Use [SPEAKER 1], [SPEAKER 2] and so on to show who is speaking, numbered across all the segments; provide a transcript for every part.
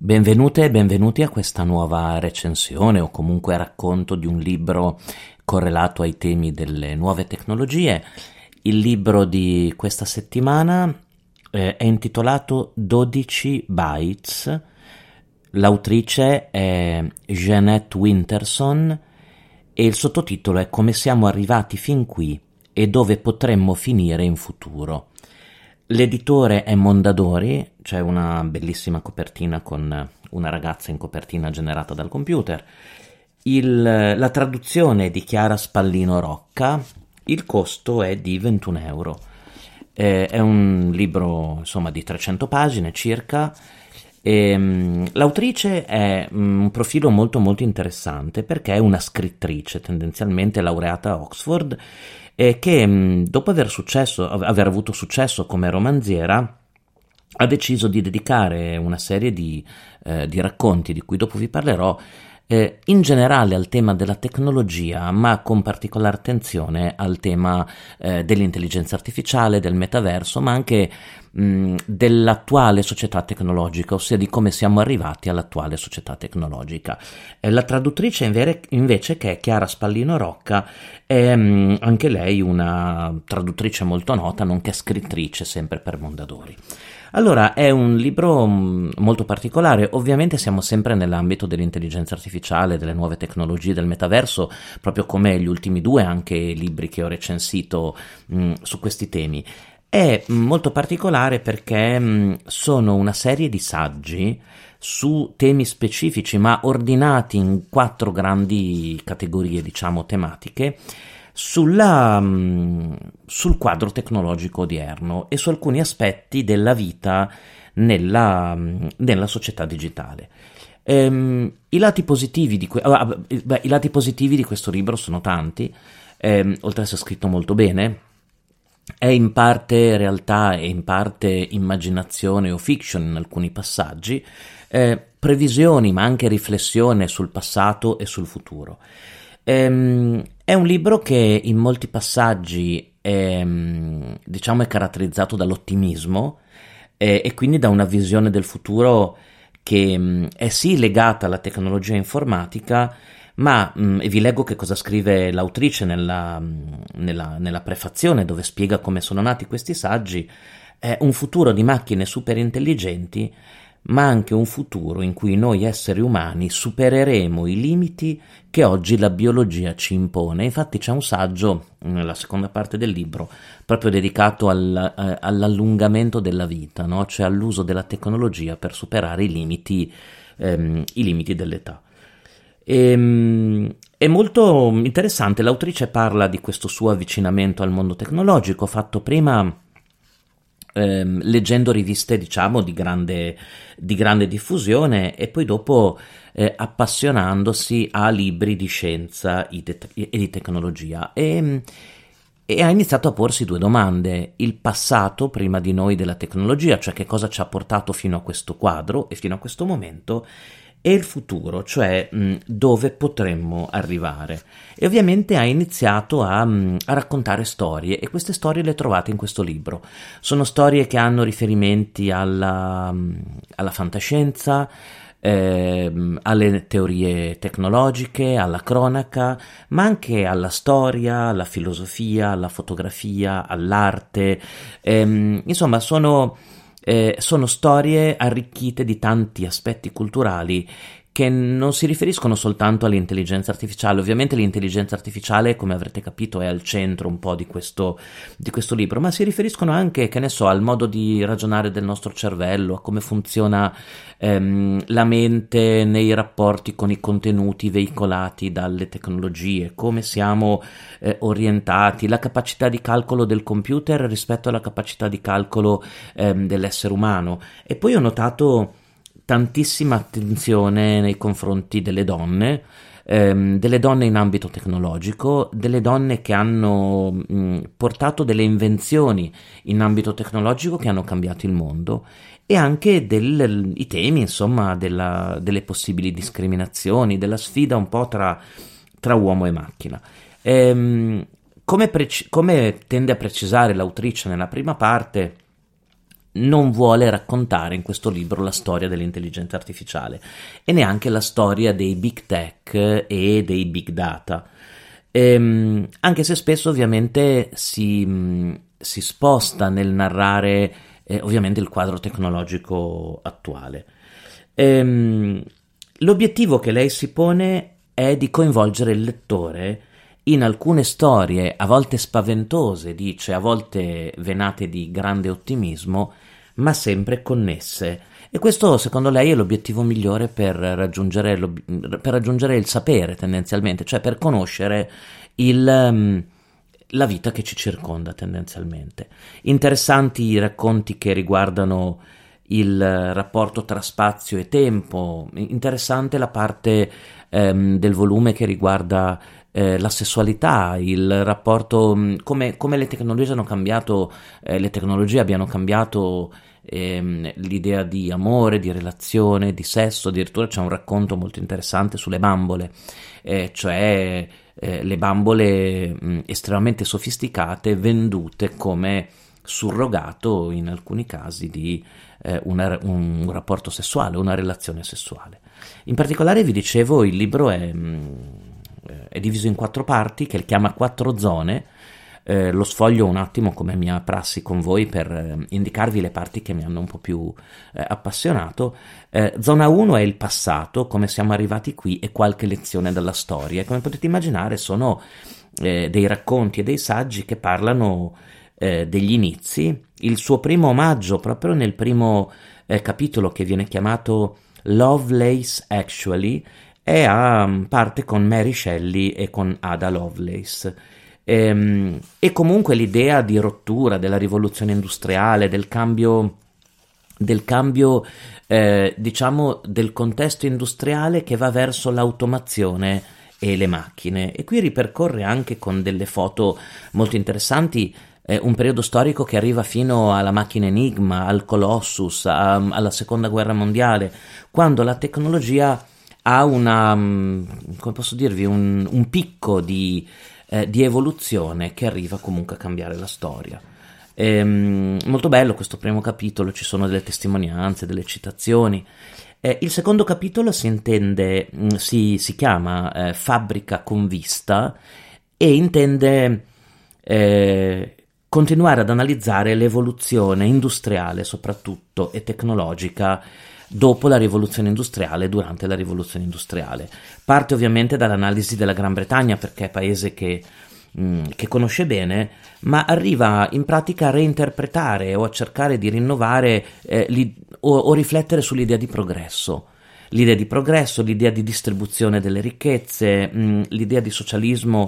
[SPEAKER 1] Benvenute e benvenuti a questa nuova recensione o comunque racconto di un libro correlato ai temi delle nuove tecnologie. Il libro di questa settimana è intitolato 12 Bytes. L'autrice è Jeanette Winterson e il sottotitolo è Come siamo arrivati fin qui e dove potremmo finire in futuro. L'editore è Mondadori, c'è una bellissima copertina con una ragazza in copertina generata dal computer. La traduzione è di Chiara Spallino Rocca, il costo è di 21 euro. È un libro insomma di 300 pagine circa. L'autrice è un profilo molto molto interessante perché è una scrittrice tendenzialmente laureata a Oxford che dopo aver avuto successo come romanziera ha deciso di dedicare una serie di racconti di cui dopo vi parlerò in generale al tema della tecnologia, ma con particolare attenzione al tema dell'intelligenza artificiale, del metaverso, ma anche dell'attuale società tecnologica, ossia di come siamo arrivati all'attuale società tecnologica. La traduttrice invece, che è Chiara Spallino Rocca, è anche lei una traduttrice molto nota, nonché scrittrice sempre per Mondadori. Allora, è un libro molto particolare, ovviamente siamo sempre nell'ambito dell'intelligenza artificiale, delle nuove tecnologie, del metaverso, proprio come gli ultimi due anche libri che ho recensito su questi temi. È molto particolare perché sono una serie di saggi su temi specifici, ma ordinati in 4 grandi categorie, diciamo, tematiche, sul quadro tecnologico odierno e su alcuni aspetti della vita nella società digitale. I lati positivi di questo libro sono tanti, oltre ad essere scritto molto bene, è in parte realtà e in parte immaginazione o fiction in alcuni passaggi, previsioni ma anche riflessione sul passato e sul futuro. È un libro che in molti passaggi è caratterizzato dall'ottimismo e quindi da una visione del futuro che è sì legata alla tecnologia informatica, ma e vi leggo che cosa scrive l'autrice nella prefazione, dove spiega come sono nati questi saggi. È un futuro di macchine super intelligenti, ma anche un futuro in cui noi esseri umani supereremo i limiti che oggi la biologia ci impone. Infatti c'è un saggio nella seconda parte del libro proprio dedicato all'allungamento della vita, no? Cioè all'uso della tecnologia per superare i limiti dell'età. È molto interessante, l'autrice parla di questo suo avvicinamento al mondo tecnologico fatto prima leggendo riviste diciamo di grande diffusione e poi dopo appassionandosi a libri di scienza e di tecnologia e ha iniziato a porsi 2 domande: il passato prima di noi della tecnologia, cioè che cosa ci ha portato fino a questo quadro e fino a questo momento, e il futuro, cioè dove potremmo arrivare. E ovviamente ha iniziato a raccontare storie, e queste storie le trovate in questo libro. Sono storie che hanno riferimenti alla fantascienza, alle teorie tecnologiche, alla cronaca, ma anche alla storia, alla filosofia, alla fotografia, all'arte. Insomma, sono storie arricchite di tanti aspetti culturali che non si riferiscono soltanto all'intelligenza artificiale. Ovviamente l'intelligenza artificiale, come avrete capito, è al centro un po' di questo libro, ma si riferiscono anche, che ne so, al modo di ragionare del nostro cervello, a come funziona la mente nei rapporti con i contenuti veicolati dalle tecnologie, come siamo orientati, la capacità di calcolo del computer rispetto alla capacità di calcolo dell'essere umano. E poi ho notato tantissima attenzione nei confronti delle donne in ambito tecnologico, delle donne che hanno portato delle invenzioni in ambito tecnologico che hanno cambiato il mondo, e anche i temi, insomma, delle possibili discriminazioni, della sfida un po' tra uomo e macchina. Come tende a precisare l'autrice nella prima parte, non vuole raccontare in questo libro la storia dell'intelligenza artificiale e neanche la storia dei big tech e dei big data. Anche se spesso ovviamente si sposta nel narrare ovviamente il quadro tecnologico attuale. L'obiettivo che lei si pone è di coinvolgere il lettore in alcune storie, a volte spaventose, dice, a volte venate di grande ottimismo, ma sempre connesse. E questo, secondo lei, è l'obiettivo migliore per raggiungere il sapere, tendenzialmente, cioè per conoscere la vita che ci circonda, tendenzialmente. Interessanti i racconti che riguardano il rapporto tra spazio e tempo, interessante la parte del volume che riguarda la sessualità, il rapporto, come le tecnologie hanno cambiato, le tecnologie abbiano cambiato l'idea di amore, di relazione, di sesso. Addirittura c'è un racconto molto interessante sulle bambole, cioè le bambole estremamente sofisticate vendute come surrogato in alcuni casi di un rapporto sessuale, una relazione sessuale. In particolare, vi dicevo, il libro è diviso in 4 parti, che chiama 4 zone. Lo sfoglio un attimo come mia prassi con voi per indicarvi le parti che mi hanno un po' più appassionato. Zona 1 è il passato, come siamo arrivati qui e qualche lezione dalla storia. Come potete immaginare sono dei racconti e dei saggi che parlano degli inizi. Il suo primo omaggio, proprio nel primo capitolo, che viene chiamato Lovelace Actually, è a parte con Mary Shelley e con Ada Lovelace. E comunque l'idea di rottura della rivoluzione industriale, del cambio diciamo del contesto industriale che va verso l'automazione e le macchine. E qui ripercorre anche con delle foto molto interessanti un periodo storico che arriva fino alla macchina Enigma, al Colossus, alla seconda guerra mondiale, quando la tecnologia ha come posso dirvi, un picco di evoluzione che arriva comunque a cambiare la storia. Molto bello questo primo capitolo, ci sono delle testimonianze, delle citazioni. Il secondo capitolo si chiama Fabbrica con vista e intende continuare ad analizzare l'evoluzione industriale soprattutto e tecnologica dopo la rivoluzione industriale, durante la rivoluzione industriale. Parte ovviamente dall'analisi della Gran Bretagna, perché è paese che conosce bene, ma arriva in pratica a reinterpretare o a cercare di rinnovare o riflettere sull'idea di progresso. L'idea di progresso, l'idea di distribuzione delle ricchezze, l'idea di socialismo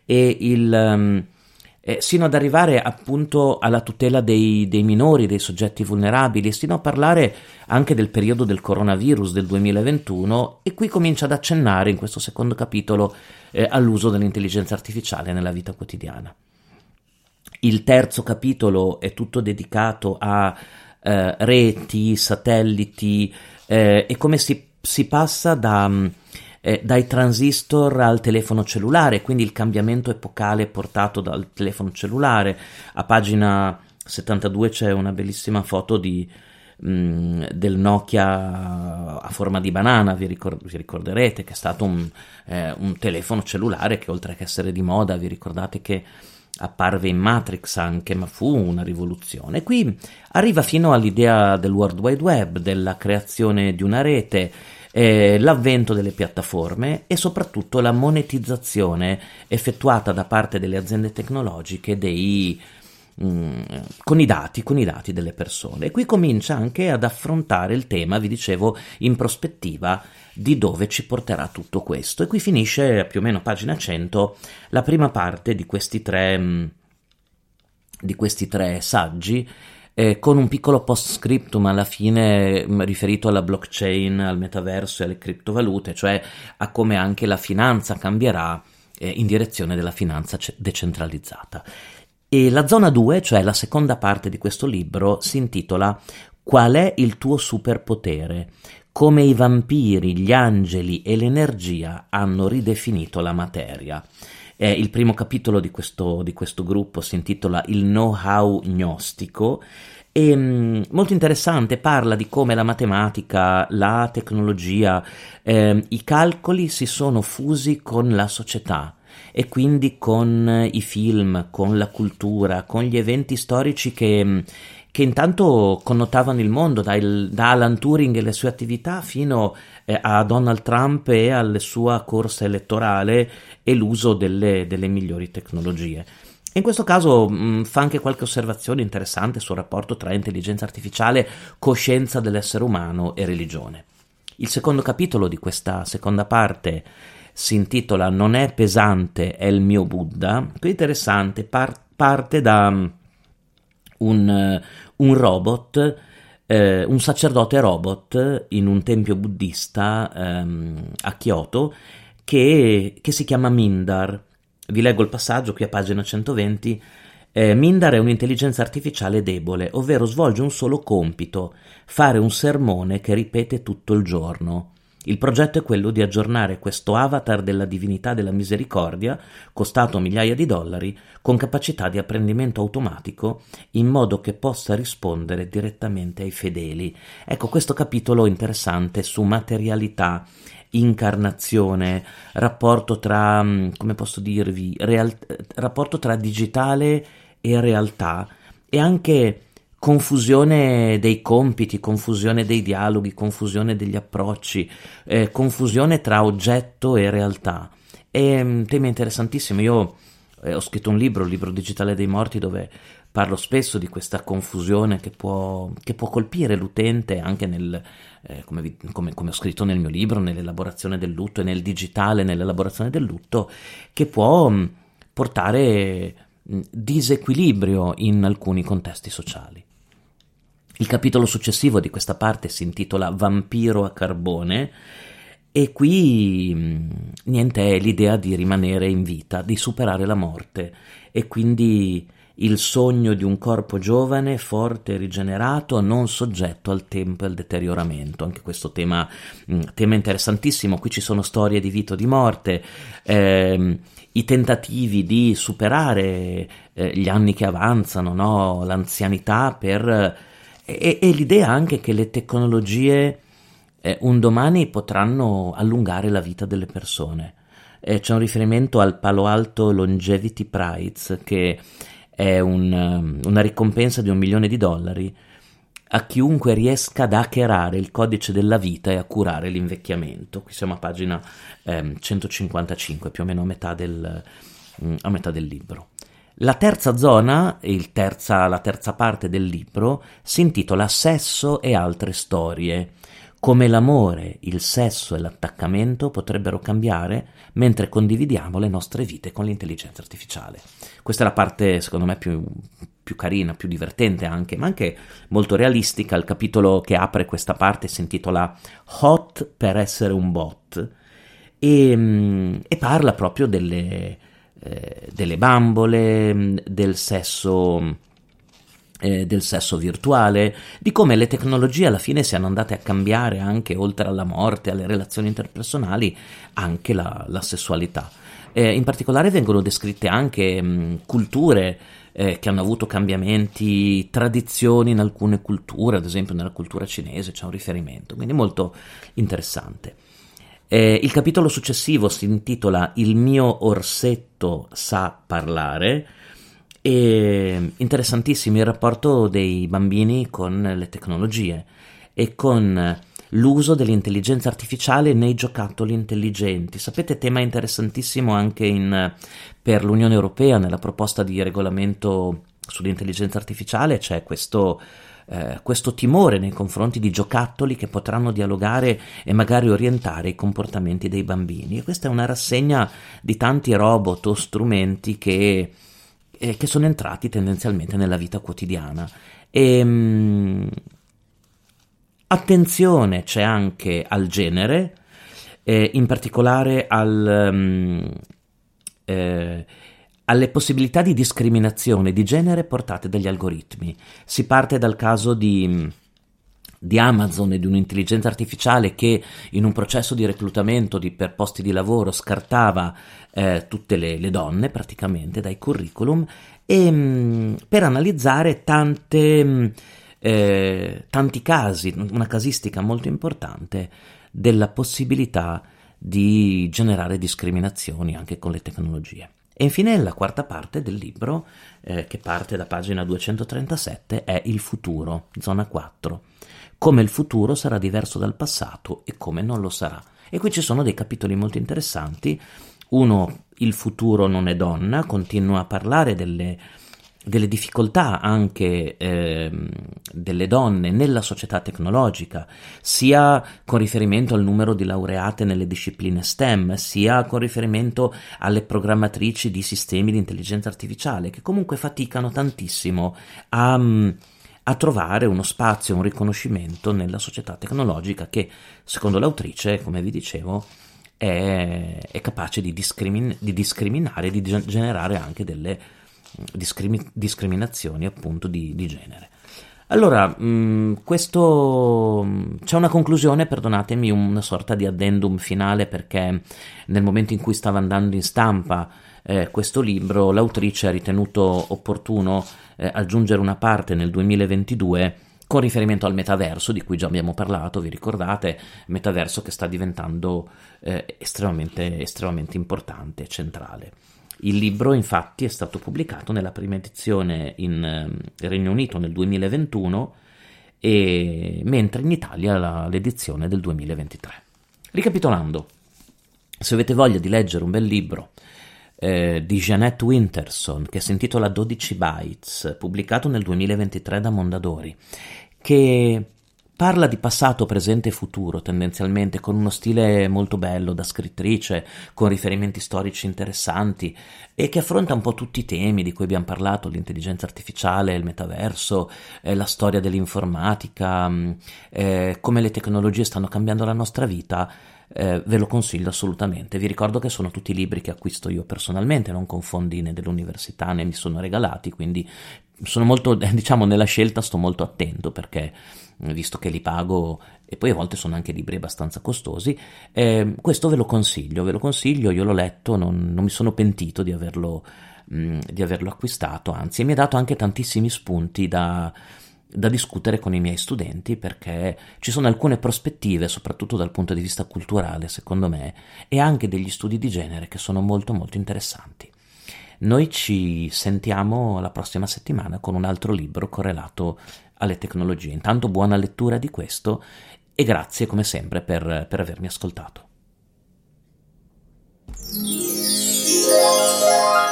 [SPEAKER 1] e sino ad arrivare appunto alla tutela dei minori, dei soggetti vulnerabili, e sino a parlare anche del periodo del coronavirus del 2021, e qui comincia ad accennare in questo secondo capitolo all'uso dell'intelligenza artificiale nella vita quotidiana. Il terzo capitolo è tutto dedicato a reti, satelliti e come si passa dai transistor al telefono cellulare, quindi il cambiamento epocale portato dal telefono cellulare. A pagina 72 c'è una bellissima foto del Nokia a forma di banana, vi ricorderete che è stato un telefono cellulare che, oltre che essere di moda, vi ricordate che apparve in Matrix anche, ma fu una rivoluzione. Qui arriva fino all'idea del World Wide Web, della creazione di una rete, l'avvento delle piattaforme e soprattutto la monetizzazione effettuata da parte delle aziende tecnologiche con i dati delle persone. E qui comincia anche ad affrontare il tema, vi dicevo, in prospettiva di dove ci porterà tutto questo. E qui finisce più o meno a pagina 100 la prima parte di questi tre saggi, con un piccolo post-scriptum alla fine riferito alla blockchain, al metaverso e alle criptovalute, cioè a come anche la finanza cambierà in direzione della finanza decentralizzata. E la zona 2, cioè la seconda parte di questo libro, si intitola Qual è il tuo superpotere? Come i vampiri, gli angeli e l'energia hanno ridefinito la materia. Il primo capitolo di questo gruppo si intitola Il know-how gnostico Molto interessante, parla di come la matematica, la tecnologia, i calcoli si sono fusi con la società e quindi con i film, con la cultura, con gli eventi storici che intanto connotavano il mondo, da Alan Turing e le sue attività fino a Donald Trump e alla sua corsa elettorale e l'uso delle migliori tecnologie. In questo caso fa anche qualche osservazione interessante sul rapporto tra intelligenza artificiale, coscienza dell'essere umano e religione. Il secondo capitolo di questa seconda parte si intitola Non è pesante, è il mio Buddha. Qui è interessante, parte da un robot, un sacerdote robot in un tempio buddista a Kyoto che si chiama Mindar. Vi leggo il passaggio qui a pagina 120. Mindar è un'intelligenza artificiale debole, ovvero svolge un solo compito, fare un sermone che ripete tutto il giorno. Il progetto è quello di aggiornare questo avatar della divinità della misericordia, costato migliaia di dollari, con capacità di apprendimento automatico, in modo che possa rispondere direttamente ai fedeli. Ecco, questo capitolo interessante su materialità, incarnazione, rapporto tra, come posso dirvi, rapporto tra digitale e realtà, e anche confusione dei compiti, confusione dei dialoghi, confusione degli approcci, confusione tra oggetto e realtà. È un tema interessantissimo. Io ho scritto un libro, il libro digitale dei morti, dove parlo spesso di questa confusione che può colpire l'utente anche come ho scritto nel mio libro, nell'elaborazione del lutto e nel digitale, nell'elaborazione del lutto, che può portare disequilibrio in alcuni contesti sociali. Il capitolo successivo di questa parte si intitola Vampiro a carbone e qui niente, è l'idea di rimanere in vita, di superare la morte e quindi il sogno di un corpo giovane, forte, rigenerato, non soggetto al tempo e al deterioramento. Anche questo tema interessantissimo. Qui ci sono storie di vita o di morte, i tentativi di superare gli anni che avanzano, no? L'anzianità e l'idea anche che le tecnologie un domani potranno allungare la vita delle persone. C'è un riferimento al Palo Alto Longevity Prize, che è una ricompensa di $1 milione a chiunque riesca ad hackerare il codice della vita e a curare l'invecchiamento. Qui siamo a pagina 155, più o meno a metà del libro. La terza zona, la terza parte del libro, si intitola Sesso e altre storie. Come l'amore, il sesso e l'attaccamento potrebbero cambiare mentre condividiamo le nostre vite con l'intelligenza artificiale. Questa è la parte, secondo me, più carina, più divertente anche, ma anche molto realistica. Il capitolo che apre questa parte si intitola Hot per essere un bot e parla proprio delle bambole, del sesso virtuale, di come le tecnologie alla fine siano andate a cambiare anche, oltre alla morte, alle relazioni interpersonali, anche la sessualità. In particolare vengono descritte anche culture che hanno avuto cambiamenti, tradizioni in alcune culture, ad esempio nella cultura cinese c'è un riferimento, quindi molto interessante. Il capitolo successivo si intitola Il mio orsetto sa parlare. E interessantissimo il rapporto dei bambini con le tecnologie e con l'uso dell'intelligenza artificiale nei giocattoli intelligenti. Sapete, tema interessantissimo anche per l'Unione Europea. Nella proposta di regolamento sull'intelligenza artificiale c'è questo timore nei confronti di giocattoli che potranno dialogare e magari orientare i comportamenti dei bambini. E questa è una rassegna di tanti robot o strumenti che sono entrati tendenzialmente nella vita quotidiana. Attenzione c'è anche al genere, in particolare alle possibilità di discriminazione di genere portate dagli algoritmi. Si parte dal caso di Amazon e di un'intelligenza artificiale che in un processo di reclutamento per posti di lavoro scartava tutte le donne praticamente dai curriculum, e per analizzare tante tanti casi, una casistica molto importante della possibilità di generare discriminazioni anche con le tecnologie. E infine la quarta parte del libro, che parte da pagina 237, è il futuro, zona 4. Come il futuro sarà diverso dal passato e come non lo sarà. E qui ci sono dei capitoli molto interessanti. Uno, il futuro non è donna, continua a parlare delle difficoltà anche delle donne nella società tecnologica, sia con riferimento al numero di laureate nelle discipline STEM, sia con riferimento alle programmatrici di sistemi di intelligenza artificiale, che comunque faticano tantissimo a trovare uno spazio, un riconoscimento nella società tecnologica che, secondo l'autrice, come vi dicevo, è capace di discriminare, di generare anche delle discriminazioni appunto di genere. Allora, questo c'è una conclusione, perdonatemi, una sorta di addendum finale, perché nel momento in cui stava andando in stampa questo libro, l'autrice ha ritenuto opportuno aggiungere una parte nel 2022 con riferimento al metaverso, di cui già abbiamo parlato, vi ricordate, metaverso che sta diventando estremamente importante e centrale. Il libro infatti è stato pubblicato nella prima edizione in Regno Unito nel 2021, mentre in Italia l'edizione del 2023. Ricapitolando, se avete voglia di leggere un bel libro di Jeanette Winterson che si intitola 12 Bytes, pubblicato nel 2023 da Mondadori, che parla di passato, presente e futuro tendenzialmente, con uno stile molto bello da scrittrice, con riferimenti storici interessanti e che affronta un po' tutti i temi di cui abbiamo parlato: l'intelligenza artificiale, il metaverso, la storia dell'informatica, come le tecnologie stanno cambiando la nostra vita. Ve lo consiglio assolutamente. Vi ricordo che sono tutti libri che acquisto io personalmente, non con fondi né dell'università né mi sono regalati, quindi sono molto, diciamo, nella scelta sto molto attento, perché visto che li pago e poi a volte sono anche libri abbastanza costosi, questo ve lo consiglio, io l'ho letto, non mi sono pentito di averlo acquistato, anzi mi ha dato anche tantissimi spunti da discutere con i miei studenti, perché ci sono alcune prospettive, soprattutto dal punto di vista culturale, secondo me, e anche degli studi di genere che sono molto molto interessanti. Noi ci sentiamo la prossima settimana con un altro libro correlato alle tecnologie. Intanto buona lettura di questo e grazie come sempre per avermi ascoltato.